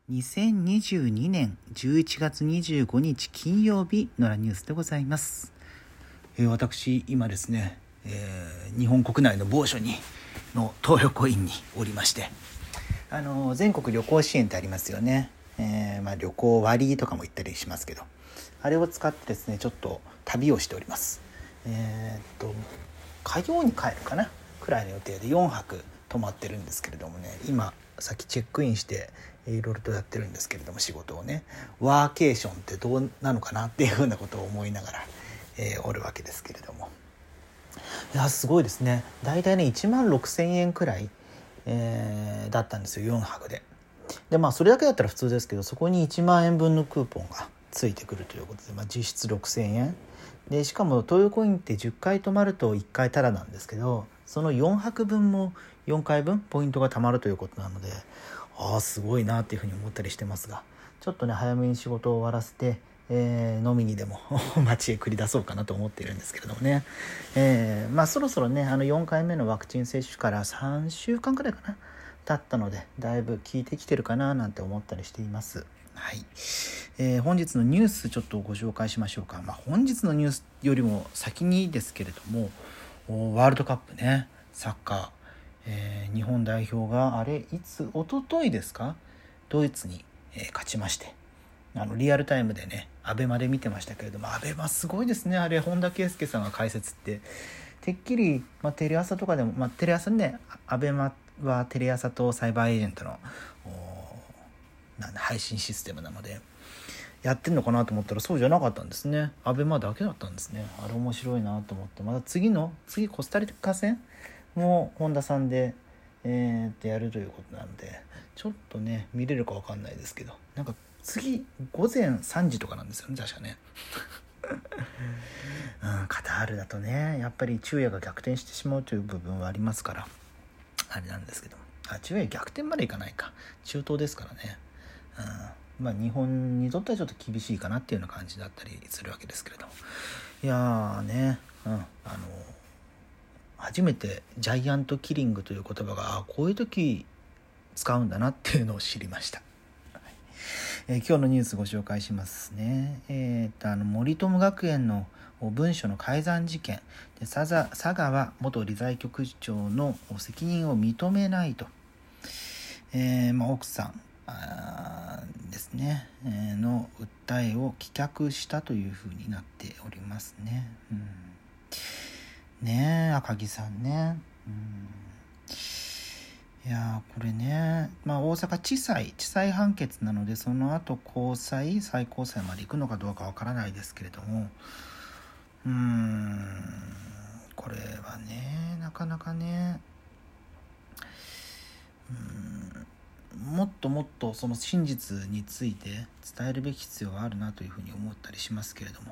2022年11月25日金曜日のニュースでございます。私今ですね、日本国内の某所の東横インにおりまして、全国旅行支援ってありますよね。旅行割とかも言ったりしますけど、あれを使ってですねちょっと旅をしております。火曜に帰るかなくらいの予定で4泊泊まってるんですけれどもね、今さっきチェックインしていろいろとやってるんですけれども、仕事をね、ワーケーションってどうなのかなっていうふうなことを思いながら、おるわけですけれども、いやすごいですね。だいたいね1万6,000円くらい、だったんですよ、4泊で。でそれだけだったら普通ですけど、そこに1万円分のクーポンがついてくるということで、実質6,000円で、しかも東横インって10回泊まると1回タダなんですけど、その4泊分も4回分ポイントが貯まるということなので、すごいなっていうふうに思ったりしてますが、ちょっとね早めに仕事を終わらせて、飲みにでも街へ繰り出そうかなと思っているんですけれどもね、そろそろね4回目のワクチン接種から3週間くらいかな経ったので、だいぶ効いてきてるかななんて思ったりしています。はい。本日のニュースちょっとご紹介しましょうか。本日のニュースよりも先にですけれども、ワールドカップね、サッカー、日本代表が一昨日ですか、ドイツに、勝ちまして、リアルタイムでねアベマで見てましたけれども、アベマすごいですね。あれ本田圭佑さんが解説っててっきり、テレ朝とかでも、テレ朝ね、アベマはテレ朝とサイバーエージェントの配信システムなのでやってんのかなと思ったら、そうじゃなかったんですね。アベマだけだったんですね。あれ面白いなと思って、また次コスタリカ戦も本田さんで、やるということなので、ちょっとね見れるか分かんないですけど、なんか次午前3時とかなんですよね、確かね。カタールだとねやっぱり昼夜が逆転してしまうという部分はありますから、あれなんですけど、昼夜逆転までいかないか、中東ですからね。日本にとってはちょっと厳しいかなっていうような感じだったりするわけですけれども、いやーね、初めてジャイアントキリングという言葉がこういう時使うんだなっていうのを知りました。今日のニュースご紹介しますね。森友学園の文書の改ざん事件で、佐川元理財局長の責任を認めないと、奥さんですね、の訴えを棄却したというふうになっておりますね。ねえ、赤木さんね。いやこれね、大阪地裁判決なので、その後最高裁まで行くのかどうかわからないですけれども、これはねなかなかね、もっとその真実について伝えるべき必要があるなというふうに思ったりしますけれども、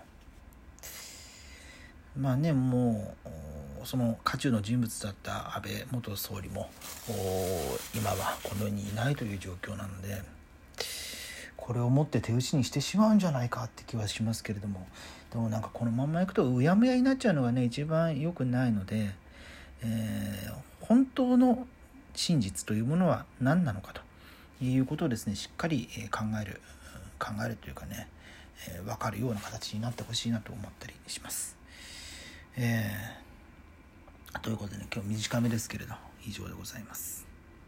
もうその渦中の人物だった安倍元総理も今はこの世にいないという状況なので、これをもって手打ちにしてしまうんじゃないかって気はしますけれども、でもこのまんまいくとうやむやになっちゃうのがね一番良くないので、本当の真実というものは何なのかということをですねしっかり考えるというかね、分かるような形になってほしいなと思ったりします。ということでね、今日短めですけれど以上でございます。